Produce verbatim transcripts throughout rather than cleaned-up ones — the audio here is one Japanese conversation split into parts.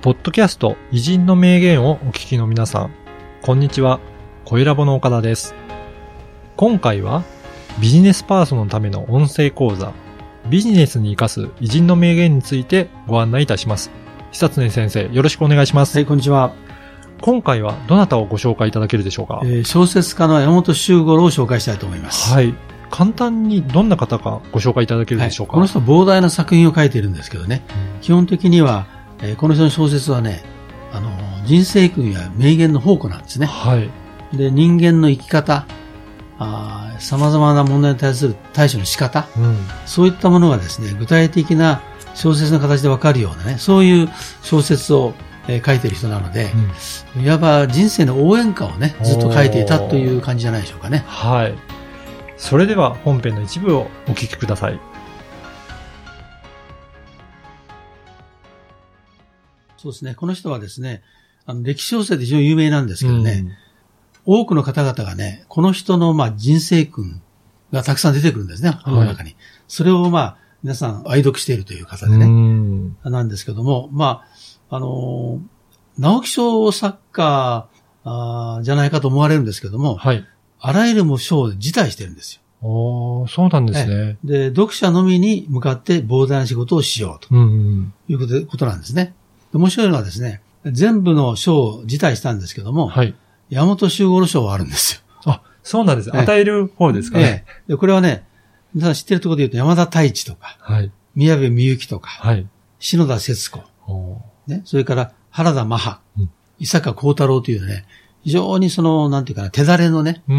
ポッドキャスト偉人の名言をお聞きの皆さん、こんにちは。声ラボの岡田です。今回はビジネスパーソンのための音声講座、ビジネスに生かす偉人の名言についてご案内いたします。久常先生、よろしくお願いします。 はい、こんにちは。 今回はどなたをご紹介いただけるでしょうか。 えー、小説家の山本周五郎を紹介したいと思います。 はい。簡単にどんな方かご紹介いただけるでしょうか。 はい、この人膨大な作品を書いているんですけどね、うん、基本的には、えー、この人の小説はね、あの人生訓や名言の宝庫なんですね。はい。で、人間の生き方、あ、様々な問題に対する対処の仕方、うん、そういったものがですね、具体的な小説の形でわかるようなね、そういう小説を、えー、書いている人なので、うん、いわば人生の応援歌をね、ずっと書いていたという感じじゃないでしょうかね。 はい。それでは本編の一部をお聞きください。 そうですね。この人はですね、あの歴史小説で非常に有名なんですけどね、うん、多くの方々がね、この人のまあ人生訓がたくさん出てくるんですね、本の中に。はい、それをまあ皆さん愛読しているという方でね、うん、なんですけども、まあ、あの、直木賞作家あじゃないかと思われるんですけども、はい、あらゆる賞を辞退してるんですよ。 おー、そうなんですね。 で、読者のみに向かって膨大な仕事をしようということで、うんうん、ことなんですね。面白いのはですね、全部の賞を辞退したんですけども、はい、山本周五郎賞はあるんですよ。 あ、そうなんです。与える方ですかね。 ええ、でこれはね、皆さん知ってるところで言うと山田太一とか、はい、宮部みゆきとか、はい、篠田節子、ね、それから原田マハ、うん、伊坂幸太郎というね、非常にその、なんていうかな、手だれのね、うん、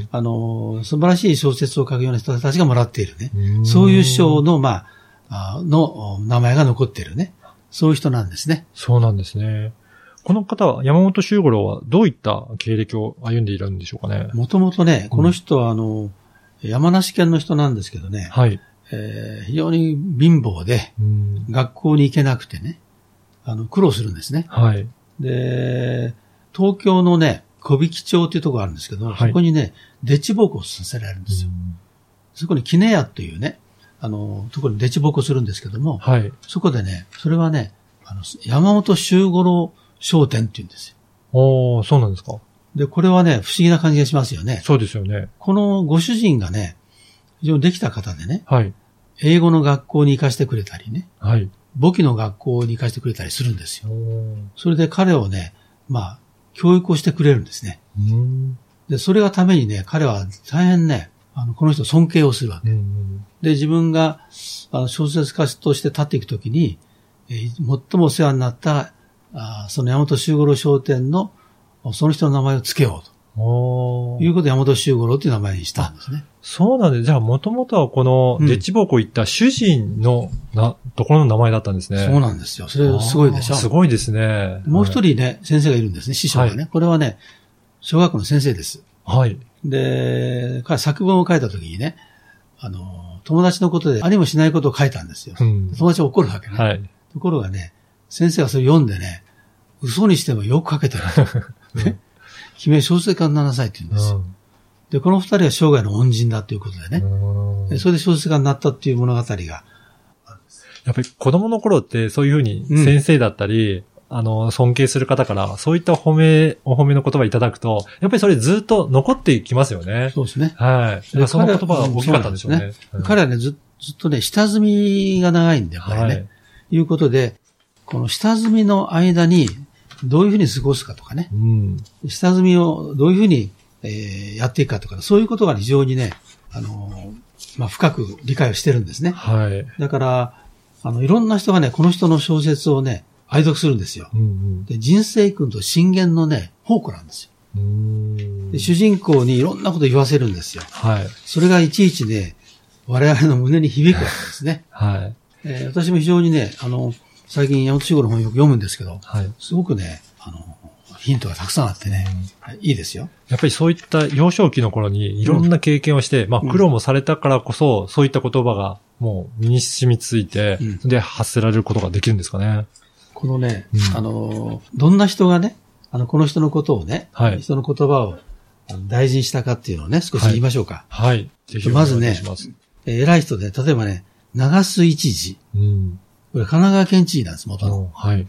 あの、素晴らしい小説を書くような人たちがもらっているね、うそういう賞の、まあ、の名前が残っているね、そういう人なんですね。 そうなんですね。この方は、山本周五郎はどういった経歴を歩んでいるんでしょうかね。 もともとね、この人はあの、うん、山梨県の人なんですけどね、はい、えー、非常に貧乏で、うん、学校に行けなくてね、あの、苦労するんですね。はい。で、東京のね、小引町というところがあるんですけど、はい、そこにね、デチ奉公させられるんですよ。うん、そこに杵屋というね、あの、ところにデチ奉公するんですけども、はい、そこでね、それはね、あの、山本周五郎商店って言うんですよ。 おー、そうなんですか。 で、これはね、不思議な感じがしますよね。 そうですよね。 このご主人がね、非常にできた方でね、はい、英語の学校に行かせてくれたりね、はい、簿記の学校に行かせてくれたりするんですよ。それで彼をね、まあ、教育をしてくれるんですね。うん、で、それがためにね、彼は大変ね、あの、この人を尊敬をするわけ。うん、で、自分があの小説家として立っていくときに、えー、最もお世話になったあその山本周五郎商店のその人の名前を付けようと。いうことで山本周五郎という名前にしたんですね。 そうなんです。じゃあ、もともとはこのデッチ奉公行った主人のな、ところの名前だったんですね。 そうなんですよ。それすごいでしょ。 すごいですね。 もう一人ね、はい、先生がいるんですね、師匠がね。はい、これはね、小学校の先生です。はい。で、彼作文を書いたときにね、あの、友達のことでありもしないことを書いたんですよ。うん、友達は怒るわけね。はい。ところがね、先生がそれ読んでね、嘘にしてもよく書けてる。ね、君は小説家にならなさいって言うんですよ。うん、で、この二人は生涯の恩人だということでね。でそれで小説家になったっていう物語が。やっぱり子供の頃ってそういうふうに先生だったり、うん、あの、尊敬する方からそういった褒め、お褒めの言葉いただくと、やっぱりそれずっと残っていきますよね。 そうですね。 はい。でその言葉が大きかったんでしょうね。うねうん、彼はねず、ずっとね、下積みが長いんだよ、これね。はい。いうことで、この下積みの間にどういうふうに過ごすかとかね。うん、下積みをどういうふうに、えー、やっていくかとか、そういうことが非常にね、あのー、まあ、深く理解をしてるんですね。はい。だから、あの、いろんな人がね、この人の小説をね、愛読するんですよ。うんうん、で人生訓と箴言のね、宝庫なんですよ。うーんで。主人公にいろんなこと言わせるんですよ。はい。それがいちいちね、我々の胸に響くわけですね。はい。えー、私も非常にね、あの、最近山本周五郎の本よく読むんですけど、はい、すごくね、あの、ヒントがたくさんあってね、うんはい、いいですよ。 やっぱりそういった幼少期の頃にいろんな経験をして、うん、まあ苦労もされたからこそ、そういった言葉がもう身に染みついて、うん、で発せられることができるんですかね。 このね、うん、あの、どんな人がね、あの、この人のことをね、はい、人の言葉を大事にしたかっていうのをね、少し言いましょうか。はい。はい、ぜひお願いします。まずね、偉い人で、例えばね、長須一次。うん、これ神奈川県知事なんです、元の。はい。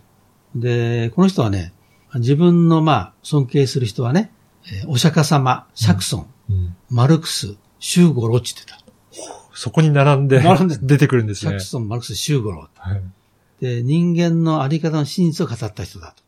で、この人はね、自分のまあ尊敬する人はね、えー、お釈迦様、シャクソン、うんうん、マルクス、シューゴロって言ってた。 そこに並んで、並んで出てくるんですね。 シャクソン、マルクス、シューゴロ。はい、で、人間のあり方の真実を語った人だと。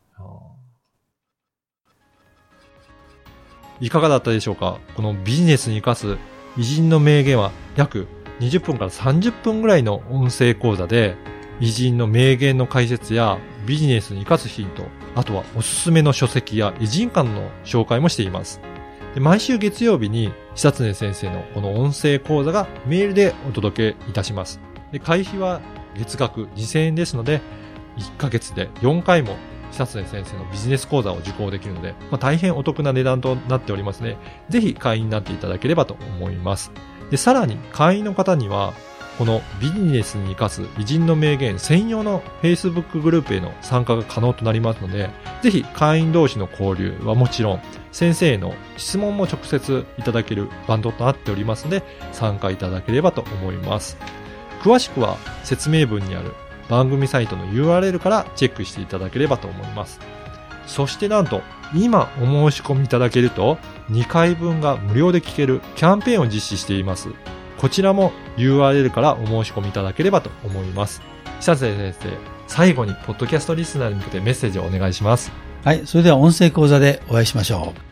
いかがだったでしょうか？このビジネスに生かす偉人の名言は約にじゅっぷんからさんじゅっぷんぐらいの音声講座で、偉人の名言の解説やビジネスに生かすヒント、あとはおすすめの書籍や偉人館の紹介もしています。で、毎週月曜日に久常先生のこの音声講座がメールでお届けいたします。で、会費は月額にせんえんですので、いっかげつでよんかいも久常先生のビジネス講座を受講できるので、まあ、大変お得な値段となっておりますね。ぜひ会員になっていただければと思います。で、さらに会員の方には、このビジネスに生かす偉人の名言専用の Facebook グループへの参加が可能となりますので、ぜひ会員同士の交流はもちろん、先生への質問も直接いただけるバンドとなっておりますので、参加いただければと思います。詳しくは説明文にある番組サイトの ユーアールエル からチェックしていただければと思います。そしてなんと、今お申し込みいただけるとにかいぶんが無料で聞けるキャンペーンを実施しています。こちらも ユーアールエル からお申し込みいただければと思います。久常先生、最後にポッドキャストリスナーに向けてメッセージをお願いします。 はい、それでは音声講座でお会いしましょう。